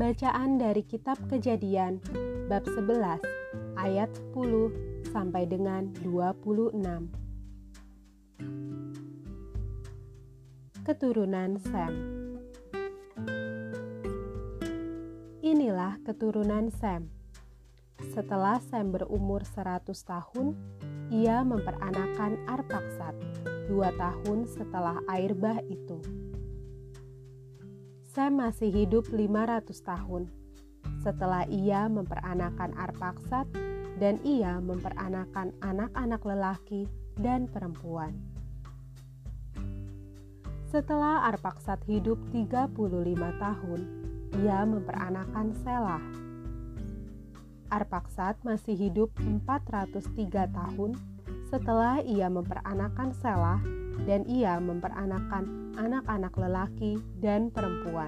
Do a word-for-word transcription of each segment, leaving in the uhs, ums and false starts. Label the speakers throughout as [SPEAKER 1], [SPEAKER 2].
[SPEAKER 1] Bacaan dari Kitab Kejadian, bab sebelas, ayat sepuluh sampai dengan dua puluh enam. Keturunan Sem. Inilah keturunan Sem. Setelah Sem berumur seratus tahun, ia memperanakan Arpaksad, dua tahun setelah air bah itu. Sem masih hidup lima ratus tahun setelah ia memperanakan Arpaksad, dan ia memperanakan anak-anak lelaki dan perempuan. Setelah Arpaksad hidup tiga puluh lima tahun, ia memperanakan Selah. Arpaksad masih hidup empat ratus tiga tahun setelah ia memperanakan Selah, dan ia memperanakan anak-anak lelaki dan perempuan.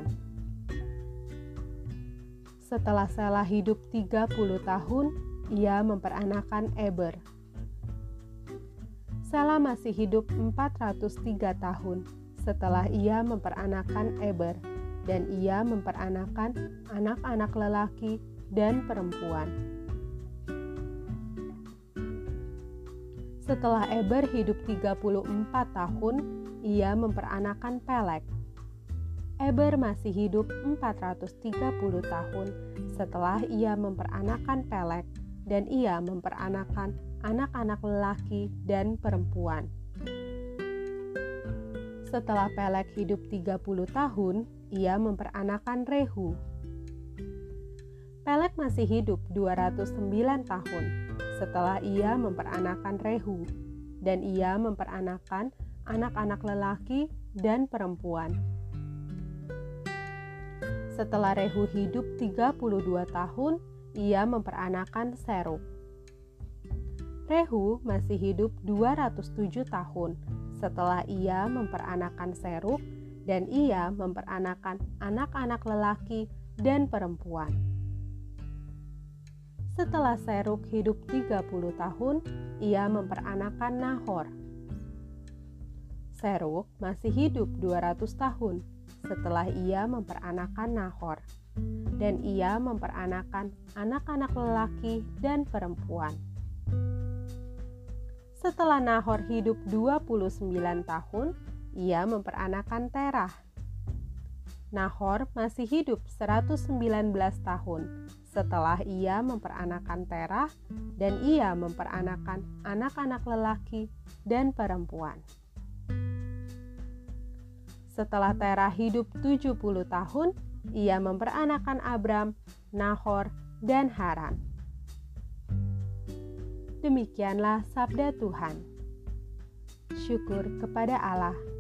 [SPEAKER 1] Setelah Selah hidup tiga puluh tahun, ia memperanakan Eber. Selah masih hidup empat ratus tiga tahun setelah ia memperanakan Eber, dan ia memperanakan anak-anak lelaki dan perempuan. Setelah Eber hidup tiga puluh empat tahun, ia memperanakan Pelek. Eber masih hidup empat ratus tiga puluh tahun setelah ia memperanakan Pelek, dan ia memperanakan anak-anak lelaki dan perempuan. Setelah Pelek hidup tiga puluh tahun, ia memperanakan Rehu. Pelek masih hidup dua ratus sembilan tahun setelah ia memperanakan Rehu, dan ia memperanakan anak-anak lelaki dan perempuan. Setelah Rehu hidup tiga puluh dua tahun, ia memperanakan Serug. Rehu masih hidup dua ratus tujuh tahun setelah ia memperanakan Serug, dan ia memperanakan anak-anak lelaki dan perempuan. Setelah Serug hidup tiga puluh tahun, ia memperanakan Nahor. Serug masih hidup dua ratus tahun setelah ia memperanakan Nahor, dan ia memperanakan anak-anak lelaki dan perempuan. Setelah Nahor hidup dua puluh sembilan tahun, ia memperanakan Terah. Nahor masih hidup seratus sembilan belas tahun setelah ia memperanakan Terah, dan ia memperanakan anak-anak lelaki dan perempuan. Setelah Terah hidup tujuh puluh tahun, ia memperanakan Abram, Nahor, dan Haran. Demikianlah sabda Tuhan. Syukur kepada Allah.